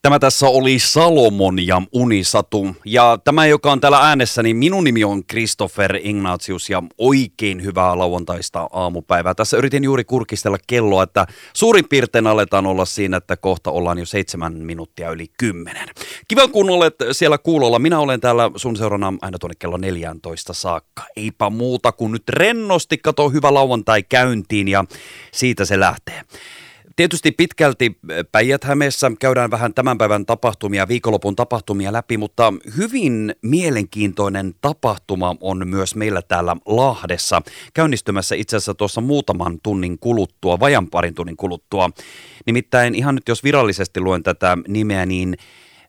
Tämä tässä oli Salomon ja Unisatu. Ja tämä, joka on täällä äänessä, niin minun nimi on Christopher Ignatius ja oikein hyvää lauantaista aamupäivää. Tässä yritin juuri kurkistella kelloa, että suurin piirtein aletaan olla siinä, että kohta ollaan jo 7 minuuttia yli 10. Kiva, kun olet siellä kuulolla. Minä olen täällä sun seurana aina tuonne kello 14 saakka. Eipä muuta kuin nyt rennosti, kato hyvä lauantai käyntiin ja siitä se lähtee. Tietysti pitkälti Päijät-Hämeessä käydään vähän tämän päivän tapahtumia, viikonlopun tapahtumia läpi, mutta hyvin mielenkiintoinen tapahtuma on myös meillä täällä Lahdessa. Käynnistymässä itse asiassa tuossa muutaman tunnin kuluttua, vajan parin tunnin kuluttua. Nimittäin ihan nyt jos virallisesti luen tätä nimeä, niin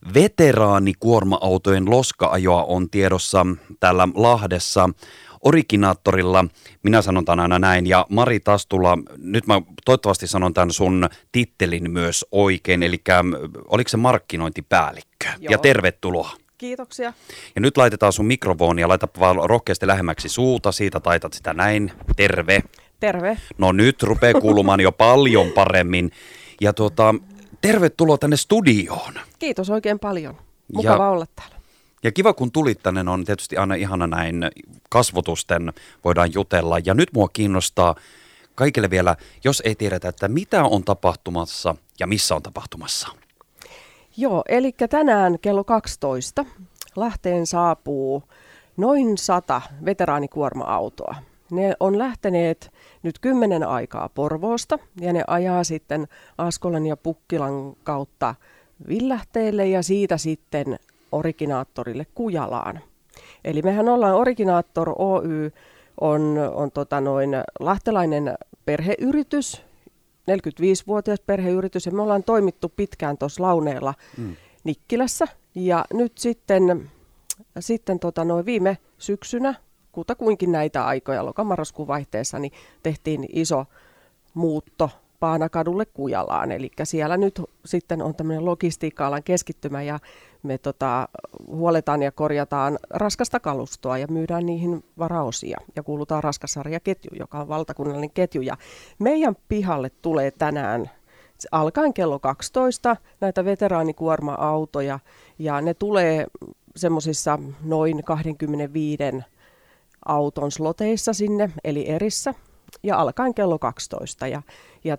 veteraanikuorma-autojen loska-ajoa on tiedossa täällä Lahdessa. Originaattorilla, minä sanon tämän aina näin, ja Mari Tastula, nyt mä toivottavasti sanon tämän sun tittelin myös oikein, eli oliko se markkinointipäällikkö? Joo. Ja tervetuloa. Kiitoksia. Ja nyt laitetaan sun mikrofonia, laita vaan rohkeasti lähemmäksi suuta, siitä taitat sitä näin, terve. Terve. No nyt rupeaa kuulumaan jo paljon paremmin, ja tervetuloa tänne studioon. Kiitos oikein paljon, mukava olla täällä. Ja kiva, kun tulit tänne, on tietysti aina ihana näin kasvotusten voidaan jutella. Ja nyt mua kiinnostaa kaikille vielä, jos ei tiedetä, että mitä on tapahtumassa ja missä on tapahtumassa. Joo, eli tänään kello 12 Lahteen saapuu noin 100 veteraanikuorma-autoa. Ne on lähteneet nyt 10 aikaa Porvoosta ja ne ajaa sitten Askolan ja Pukkilan kautta Villähteelle ja siitä sitten Originaattorille Kujalaan. Eli mehän ollaan Originaattor Oy on lahtelainen perheyritys, 45-vuotias perheyritys, ja me ollaan toimittu pitkään tuossa Launeella Nikkilässä. Ja nyt sitten viime syksynä, kutakuinkin näitä aikoja, loka-marraskuun vaihteessa, niin tehtiin iso muutto Paanakadulle Kujalaan. Eli siellä nyt sitten on tämmöinen logistiikka-alan keskittymä ja me huoletaan ja korjataan raskasta kalustoa ja myydään niihin varaosia ja kuulutaan Raskassarjaketju, joka on valtakunnallinen ketju. Ja meidän pihalle tulee tänään alkaen kello 12 näitä veteraanikuorma-autoja ja ne tulee semmoisissa noin 25 auton sloteissa sinne eli erissä. Ja alkaen kello 12. Ja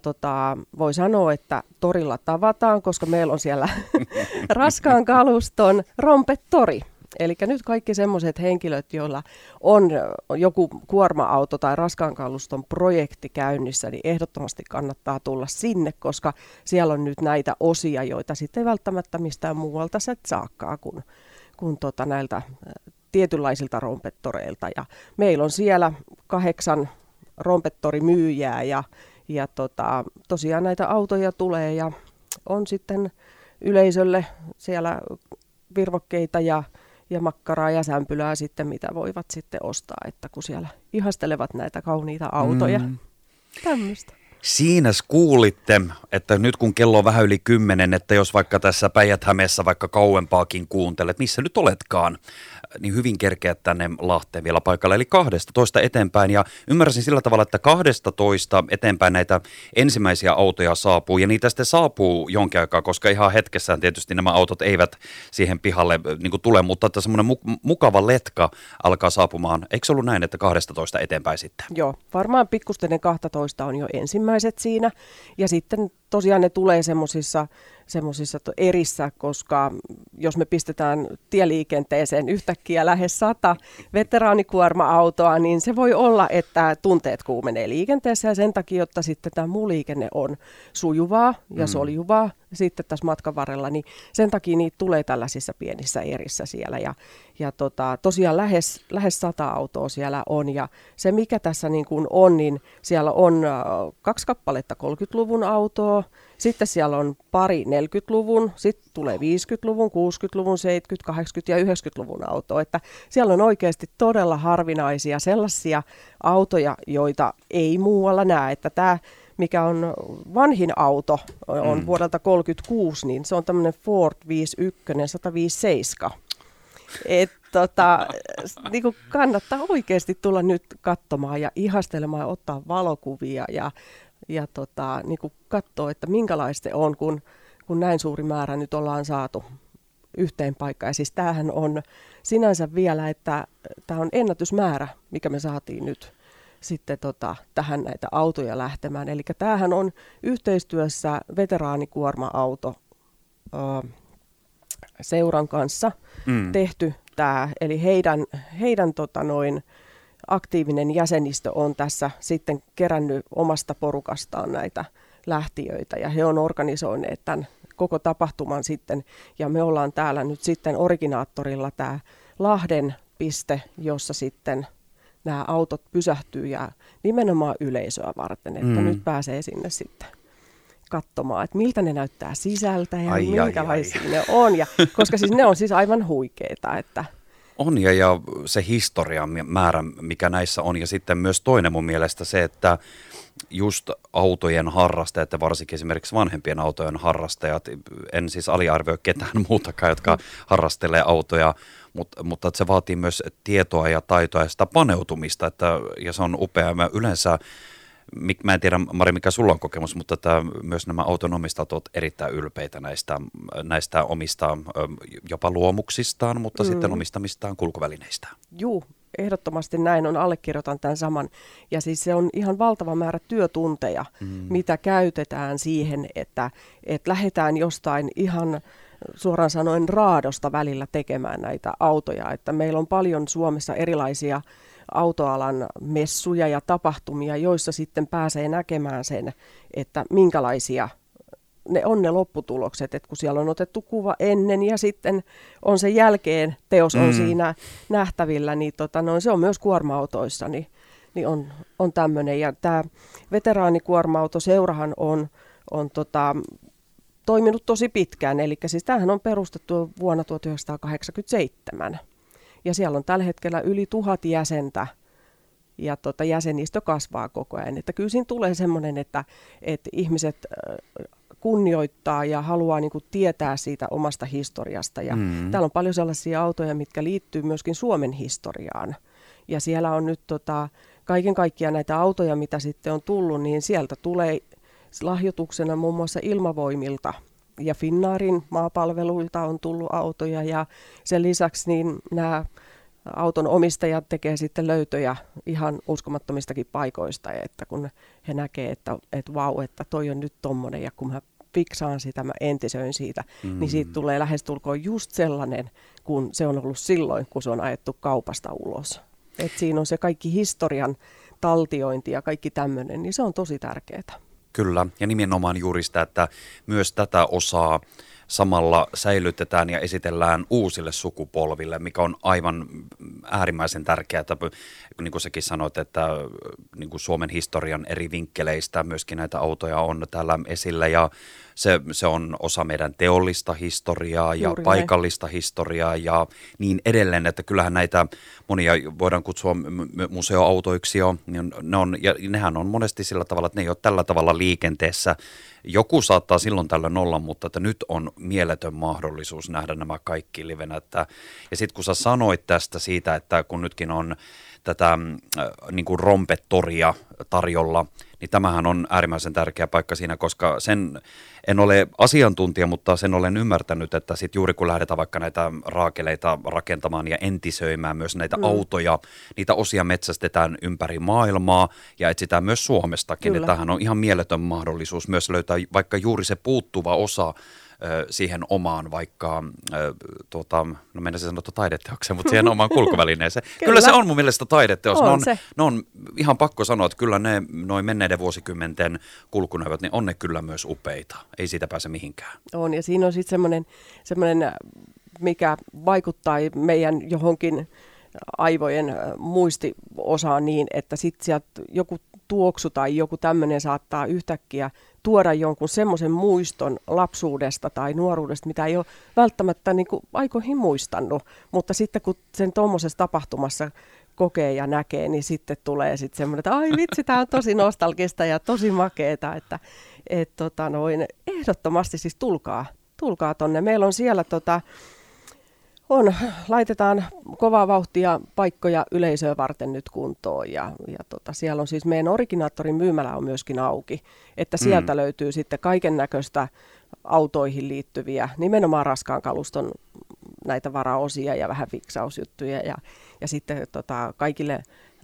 voi sanoa, että torilla tavataan, koska meillä on siellä raskaan kaluston rompetori. Eli nyt kaikki semmoiset henkilöt, joilla on joku kuorma-auto tai raskaan kaluston projekti käynnissä, niin ehdottomasti kannattaa tulla sinne, koska siellä on nyt näitä osia, joita sitten ei välttämättä mistään muualta sä saakkaa kuin näiltä tietynlaisilta rompettoreilta. Ja meillä on siellä 8 rompettorimyyjää ja tosiaan näitä autoja tulee ja on sitten yleisölle siellä virvokkeita ja makkaraa ja sämpylää sitten, mitä voivat sitten ostaa, että kun siellä ihastelevat näitä kauniita autoja. Tämmöistä. Siinä kuulitte, että nyt kun kello on vähän yli 10, että jos vaikka tässä Päijät-Hämeessä vaikka kauempaakin kuuntelet, missä nyt oletkaan, niin hyvin kerkeät tänne Lahteen vielä paikalle, eli 12 eteenpäin. Ja ymmärsin sillä tavalla, että 12 eteenpäin näitä ensimmäisiä autoja saapuu, ja niitä sitten saapuu jonkin aikaa, koska ihan hetkessään tietysti nämä autot eivät siihen pihalle niin kuin tule, mutta että semmoinen mukava letka alkaa saapumaan. Eikö se ollut näin, että 12 eteenpäin sitten? Joo, varmaan pikkusten 12 on jo ensimmäiset siinä, ja sitten tosiaan ne tulee semmoisissa erissä, koska jos me pistetään tieliikenteeseen yhtäkkiä lähes 100 veteraanikuorma-autoa, niin se voi olla, että tunteet kuumenee liikenteessä ja sen takia, jotta sitten tämä muu liikenne on sujuvaa ja soljuvaa sitten tässä matkan varrella, niin sen takia niitä tulee tällaisissa pienissä erissä siellä ja tosiaan lähes 100 autoa siellä on ja se mikä tässä niin kuin on, niin siellä on 2 kappaletta 30-luvun autoa, sitten siellä on pari 40-luvun, sitten tulee 50-luvun, 60-luvun, 70-, 80- ja 90-luvun autoa. Että siellä on oikeasti todella harvinaisia sellaisia autoja, joita ei muualla näe. Että tämä, mikä on vanhin auto, on vuodelta 1936, niin se on tämmöinen Ford 51 157. Niin kannattaa oikeasti tulla nyt katsomaan ja ihastelemaan ja ottaa valokuvia ja niin kuin katsoa, että minkälaista se on, kun näin suuri määrä nyt ollaan saatu yhteen paikkaan. Ja siis tämähän on sinänsä vielä, että tämä on ennätysmäärä, mikä me saatiin nyt sitten tähän näitä autoja lähtemään. Eli tämähän on yhteistyössä veteraanikuorma-auto seuran kanssa tehty tämä, eli heidän aktiivinen jäsenistö on tässä sitten kerännyt omasta porukastaan näitä lähtiöitä ja he on organisoineet tämän koko tapahtuman sitten ja me ollaan täällä nyt sitten originaattorilla tämä Lahden piste, jossa sitten nämä autot pysähtyy ja nimenomaan yleisöä varten, että nyt pääsee sinne sitten katsomaan, että miltä ne näyttää sisältä ja minkälaisia ne on, ja, koska siis ne on siis aivan huikeita. Että on ja se historian määrä, mikä näissä on, ja sitten myös toinen mun mielestä se, että just autojen harrastajat ja varsinkin esimerkiksi vanhempien autojen harrastajat, en siis aliarvioi ketään muutakaan, jotka harrastelee autoja, mutta se vaatii myös tietoa ja taitoa ja sitä paneutumista, ja se on upea. Mä yleensä, mä en tiedä Mari, mikä sulla on kokemus, mutta myös nämä autonomistat ovat erittäin ylpeitä näistä omista jopa luomuksistaan, mutta sitten omistamistaan kulkuvälineistä. Juu, ehdottomasti näin on, allekirjoitan tämän saman. Ja siis se on ihan valtava määrä työtunteja, mitä käytetään siihen, että lähdetään jostain ihan suoraan sanoen raadosta välillä tekemään näitä autoja. Että meillä on paljon Suomessa erilaisia autoalan messuja ja tapahtumia, joissa sitten pääsee näkemään sen, että minkälaisia ne lopputulokset, että kun siellä on otettu kuva ennen ja sitten on sen jälkeen teos on siinä nähtävillä, niin se on myös kuorma-autoissa, niin on tämmöinen. Ja tämä veteraanikuorma-autoseurahan on toiminut tosi pitkään, eli siis tämähän on perustettu vuonna 1987. Ja siellä on tällä hetkellä yli 1000 jäsentä ja jäsenistö kasvaa koko ajan. Että kyllä siinä tulee semmoinen, että ihmiset kunnioittaa ja haluaa niin kuin tietää siitä omasta historiasta. Ja täällä on paljon sellaisia autoja, mitkä liittyy myöskin Suomen historiaan. Ja siellä on nyt kaiken kaikkiaan näitä autoja, mitä sitten on tullut, niin sieltä tulee lahjoituksena muun muassa Ilmavoimilta. Ja Finnairin maapalveluilta on tullut autoja ja sen lisäksi niin nämä auton omistajat tekee sitten löytöjä ihan uskomattomistakin paikoista, että kun he näkee, että vau, että toi on nyt tommonen ja kun mä fiksaan sitä, mä entisöin siitä, niin siitä tulee lähestulkoon just sellainen, kun se on ollut silloin, kun se on ajettu kaupasta ulos. Et siinä on se kaikki historian taltiointi ja kaikki tämmöinen, niin se on tosi tärkeää. Kyllä, ja nimenomaan juuri sitä, että myös tätä osaa samalla säilytetään ja esitellään uusille sukupolville, mikä on aivan äärimmäisen tärkeää, että niin kuin säkin sanoit, että niin kuin Suomen historian eri vinkkeleistä myöskin näitä autoja on täällä esillä ja se on osa meidän teollista historiaa ja juuri paikallista historiaa ja niin edelleen, että kyllähän näitä monia voidaan kutsua museoautoiksi jo, niin nehän on monesti sillä tavalla, että ne ei ole tällä tavalla liikenteessä. Joku saattaa silloin tällöin olla, mutta että nyt on mieletön mahdollisuus nähdä nämä kaikki livenä. Ja sitten kun sä sanoit tästä siitä, että kun nytkin on tätä niin kuin rompetoria tarjolla, niin tämähän on äärimmäisen tärkeä paikka siinä, koska en ole asiantuntija, mutta sen olen ymmärtänyt, että sitten juuri kun lähdetään vaikka näitä raakeleita rakentamaan ja entisöimään myös näitä autoja, niitä osia metsästetään ympäri maailmaa ja etsitään myös Suomestakin. Että tämähän on ihan mieletön mahdollisuus myös löytää vaikka juuri se puuttuva osa siihen omaan vaikka, no mennä se sanoa taideteokseen, mutta siihen omaan kulkuvälineeseen. Kyllä se on mun mielestä taideteos. Ne on ihan pakko sanoa, että kyllä ne noin menneiden vuosikymmenten kulkuneuvat, niin on ne kyllä myös upeita. Ei siitä pääse mihinkään. On, ja siinä on sitten semmoinen, mikä vaikuttaa meidän johonkin aivojen muistiosaan niin, että sitten sieltä joku tuoksu tai joku tämmöinen saattaa yhtäkkiä tuoda jonkun semmoisen muiston lapsuudesta tai nuoruudesta, mitä ei ole välttämättä niin kuin aikoihin muistanut. Mutta sitten kun sen tuommoisessa tapahtumassa kokee ja näkee, niin sitten tulee sitten semmoinen, että ai vitsi, tämä on tosi nostalgista ja tosi makeeta. Että ehdottomasti siis tulkaa tonne. Meillä on siellä laitetaan kovaa vauhtia paikkoja yleisöä varten nyt kuntoon ja siellä on siis meidän originaattorin myymälä on myöskin auki, että sieltä löytyy sitten kaiken näköistä autoihin liittyviä, nimenomaan raskaan kaluston näitä varaosia ja vähän fiksausjuttuja ja sitten kaikille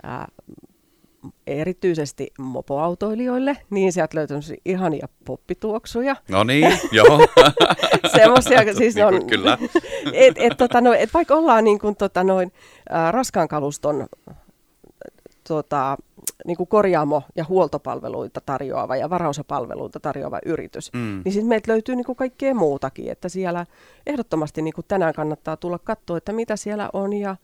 erityisesti mopoautoilijoille, niin sieltä löytyy ihania poppituoksuja. No niin, joo. Semmoisia, siis niin on, kyllä. Et vaikka ollaan niin kuin, raskaan kaluston niin kuin korjaamo- ja huoltopalveluita tarjoava ja varaosapalveluita tarjoava yritys, niin sitten meiltä löytyy niin kuin kaikkea muutakin, että siellä ehdottomasti niin kuin tänään kannattaa tulla katsoa, että mitä siellä on ja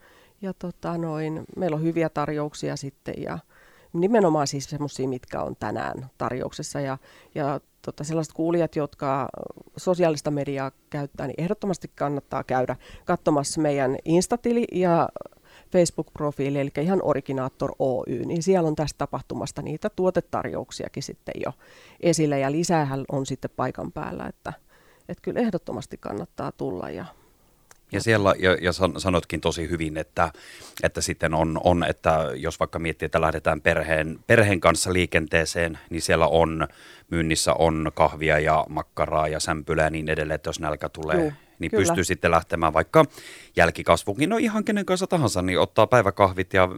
meillä on hyviä tarjouksia sitten ja nimenomaan siis semmoisia, mitkä on tänään tarjouksessa ja sellaiset kuulijat, jotka sosiaalista mediaa käyttää, niin ehdottomasti kannattaa käydä katsomassa meidän Instatili ja Facebook-profiili, eli ihan Originator Oy, niin siellä on tästä tapahtumasta niitä tuotetarjouksiakin sitten jo esillä ja lisäähän on sitten paikan päällä, että kyllä ehdottomasti kannattaa tulla ja siellä, ja sanotkin tosi hyvin, että sitten on, että jos vaikka miettii, että lähdetään perheen kanssa liikenteeseen, niin siellä on myynnissä on kahvia ja makkaraa ja sämpylää ja niin edelleen, että jos nälkä tulee, niin kyllä pystyy sitten lähtemään vaikka jälkikasvuunkin, no ihan kenen kanssa tahansa, niin ottaa päiväkahvit ja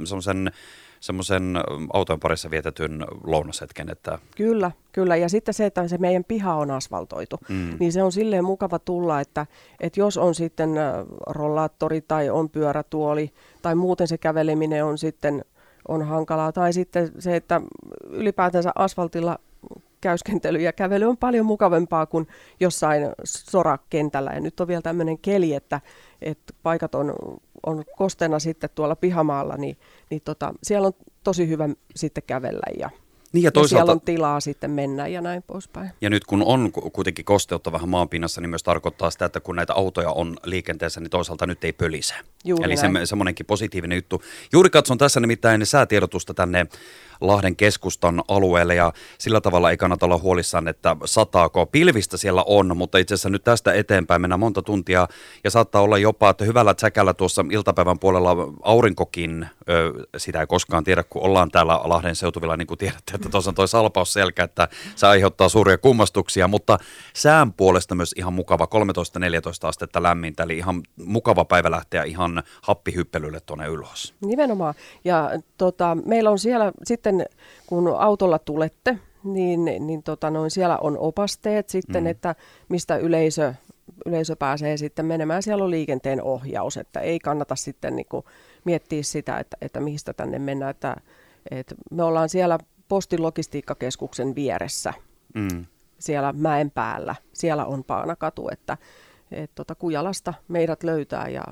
semmoisen auton parissa vietetyn lounashetken. Että Kyllä. Ja sitten se, että se meidän piha on asfaltoitu, niin se on silleen mukava tulla, että jos on sitten rollaattori tai on pyörätuoli tai muuten se käveleminen on sitten on hankalaa. Tai sitten se, että ylipäätänsä asfaltilla käyskentely ja kävely on paljon mukavampaa kuin jossain sorakentällä. Ja nyt on vielä tämmöinen keli, että paikat on kosteena sitten tuolla pihamaalla, niin siellä on tosi hyvä sitten kävellä ja siellä on tilaa sitten mennä ja näin poispäin. Ja nyt kun on kuitenkin kosteutta vähän maanpinnassa, niin myös tarkoittaa sitä, että kun näitä autoja on liikenteessä, niin toisaalta nyt ei pölise. Eli semmoinenkin positiivinen juttu. Juuri katson tässä nimittäin säätiedotusta tänne Lahden keskustan alueelle ja sillä tavalla ei kannata olla huolissaan, että sataako. Pilvistä siellä on, mutta itse asiassa nyt tästä eteenpäin mennään monta tuntia ja saattaa olla jopa, että hyvällä tsäkällä tuossa iltapäivän puolella aurinkokin, sitä ei koskaan tiedä, kun ollaan täällä Lahden seutuvilla, niin kuin tiedätte, että tuossa on toi salpausselkä, että se aiheuttaa suuria kummastuksia, mutta sään puolesta myös ihan mukava, 13-14 astetta lämmintä, eli ihan mukava päivä lähteä ihan happihyppelylle tuonne ylös. Nimenomaan, ja meillä on siellä sitten, kun autolla tulette, niin siellä on opasteet sitten, että mistä yleisö pääsee sitten menemään. Siellä on liikenteen ohjaus, että ei kannata sitten niinku miettiä sitä, että mistä tänne mennään. Että me ollaan siellä Postin logistiikkakeskuksen vieressä, siellä mäen päällä. Siellä on Paanakatu, että Kujalasta meidät löytää ja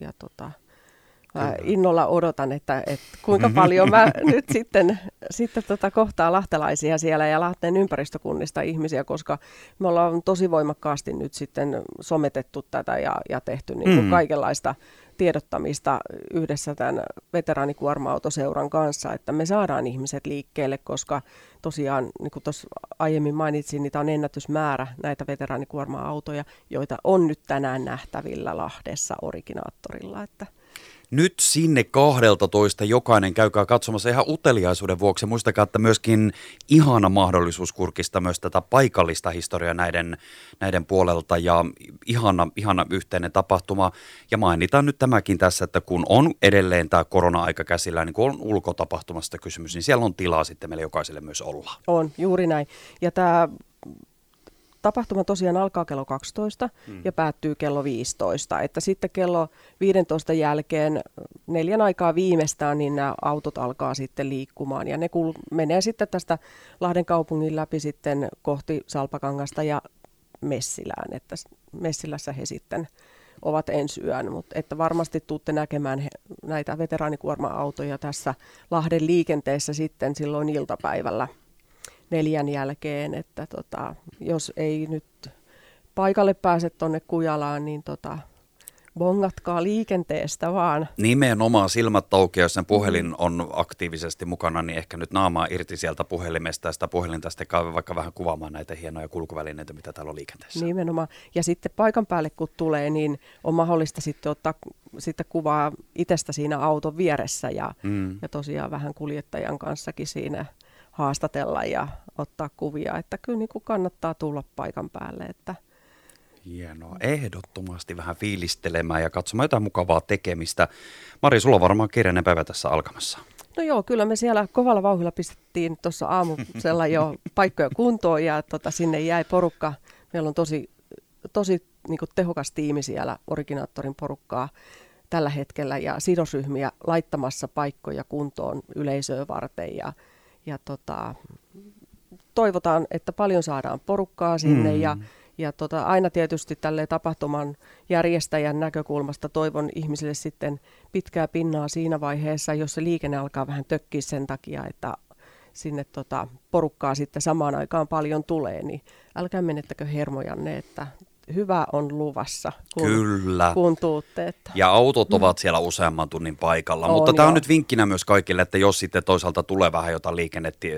innolla odotan, että kuinka paljon mä nyt sitten kohtaa lahtelaisia siellä ja Lahteen ympäristökunnista ihmisiä, koska me ollaan tosi voimakkaasti nyt sitten sometettu tätä ja tehty niin kuin kaikenlaista tiedottamista yhdessä tämän veteraanikuorma-autoseuran kanssa, että me saadaan ihmiset liikkeelle, koska tosiaan, niin kuin tuossa aiemmin mainitsin, niitä on ennätysmäärä näitä veteraanikuorma-autoja, joita on nyt tänään nähtävillä Lahdessa Originaattorilla, että nyt sinne 12 jokainen käykää katsomassa ihan uteliaisuuden vuoksi. Muistakaa, että myöskin ihana mahdollisuus kurkista myös tätä paikallista historiaa näiden puolelta ja ihana yhteinen tapahtuma. Ja mainitaan nyt tämäkin tässä, että kun on edelleen tämä korona-aika käsillä, niin kun on ulkotapahtumasta kysymys, niin siellä on tilaa sitten meille jokaiselle myös olla. On, juuri näin. Ja tämä tapahtuma tosiaan alkaa kello 12 ja päättyy kello 15. Että sitten kello 15 jälkeen 4 aikaa viimeistään, niin nämä autot alkaa sitten liikkumaan. Ja ne menee sitten tästä Lahden kaupungin läpi sitten kohti Salpakangasta ja Messilään. Että Messilässä he sitten ovat ensi yön. Mutta että varmasti tuutte näkemään näitä veteraanikuorma-autoja tässä Lahden liikenteessä sitten silloin iltapäivällä 4 jälkeen, että jos ei nyt paikalle pääse tuonne Kujalaan, niin bongatkaa liikenteestä vaan. Nimenomaan silmät auki, jos sen puhelin on aktiivisesti mukana, niin ehkä nyt naamaa irti sieltä puhelimesta ja sitä puhelinta sitten vaikka vähän kuvaamaan näitä hienoja kulkuvälineitä, mitä täällä on liikenteessä. Nimenomaan. Ja sitten paikan päälle kun tulee, niin on mahdollista sitten ottaa sitten kuvaa itsestä siinä auton vieressä ja tosiaan vähän kuljettajan kanssakin siinä haastatella ja ottaa kuvia, että kyllä niin kuin kannattaa tulla paikan päälle, että Hienoa. Ehdottomasti vähän fiilistelemään ja katsomaan jotain mukavaa tekemistä. Mari, sulla on varmaan kiireinen päivä tässä alkamassa. No joo, kyllä me siellä kovalla vauhdilla pistettiin tuossa aamusella jo paikkoja kuntoon ja sinne jäi porukka. Meillä on tosi niin kuin tehokas tiimi siellä, Originaattorin porukkaa tällä hetkellä ja sidosryhmiä laittamassa paikkoja kuntoon yleisöä varten ja toivotaan, että paljon saadaan porukkaa sinne ja aina tietysti tälle tapahtuman järjestäjän näkökulmasta toivon ihmisille sitten pitkää pinnaa siinä vaiheessa, jos se liikenne alkaa vähän tökkiä sen takia, että sinne porukkaa sitten samaan aikaan paljon tulee, niin älkää menettäkö hermojanne, että hyvä on luvassa, kun tuutte. Että. Ja autot ovat siellä useamman tunnin paikalla, mutta tämä on nyt vinkkinä myös kaikille, että jos sitten toisaalta tulee vähän jotain liikennettä,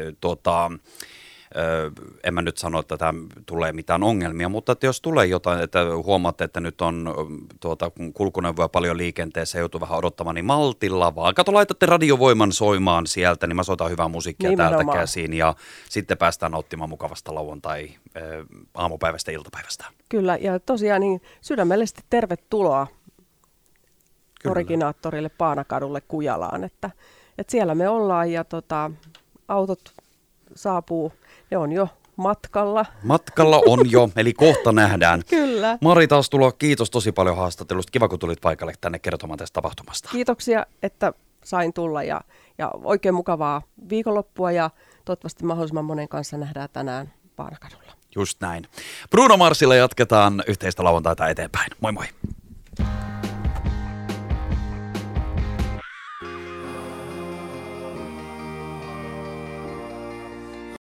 en mä nyt sano, että tämä tulee mitään ongelmia, mutta että jos tulee jotain, että huomaatte, että nyt on kulkuneuvoja paljon liikenteessä ja joutuu vähän odottamaan, niin maltilla vaan. Kato, laitatte radiovoiman soimaan sieltä, niin mä soitan hyvää musiikkia täältä käsiin ja sitten päästään nauttimaan mukavasta lauantai aamupäivästä iltapäivästä. Kyllä, ja tosiaan niin sydämellisesti tervetuloa Originaattorille Paanakadulle Kujalaan, että siellä me ollaan ja autot saapuu. Ne on jo matkalla. Matkalla on jo, eli kohta nähdään. Kyllä. Mari Taastulo, kiitos tosi paljon haastattelusta. Kiva, kun tulit paikalle tänne kertomaan tästä tapahtumasta. Kiitoksia, että sain tulla ja oikein mukavaa viikonloppua ja toivottavasti mahdollisimman monen kanssa nähdään tänään Paanakadulla. Just näin. Bruno Marsilla jatketaan yhteistä lauantaita eteenpäin. Moi moi.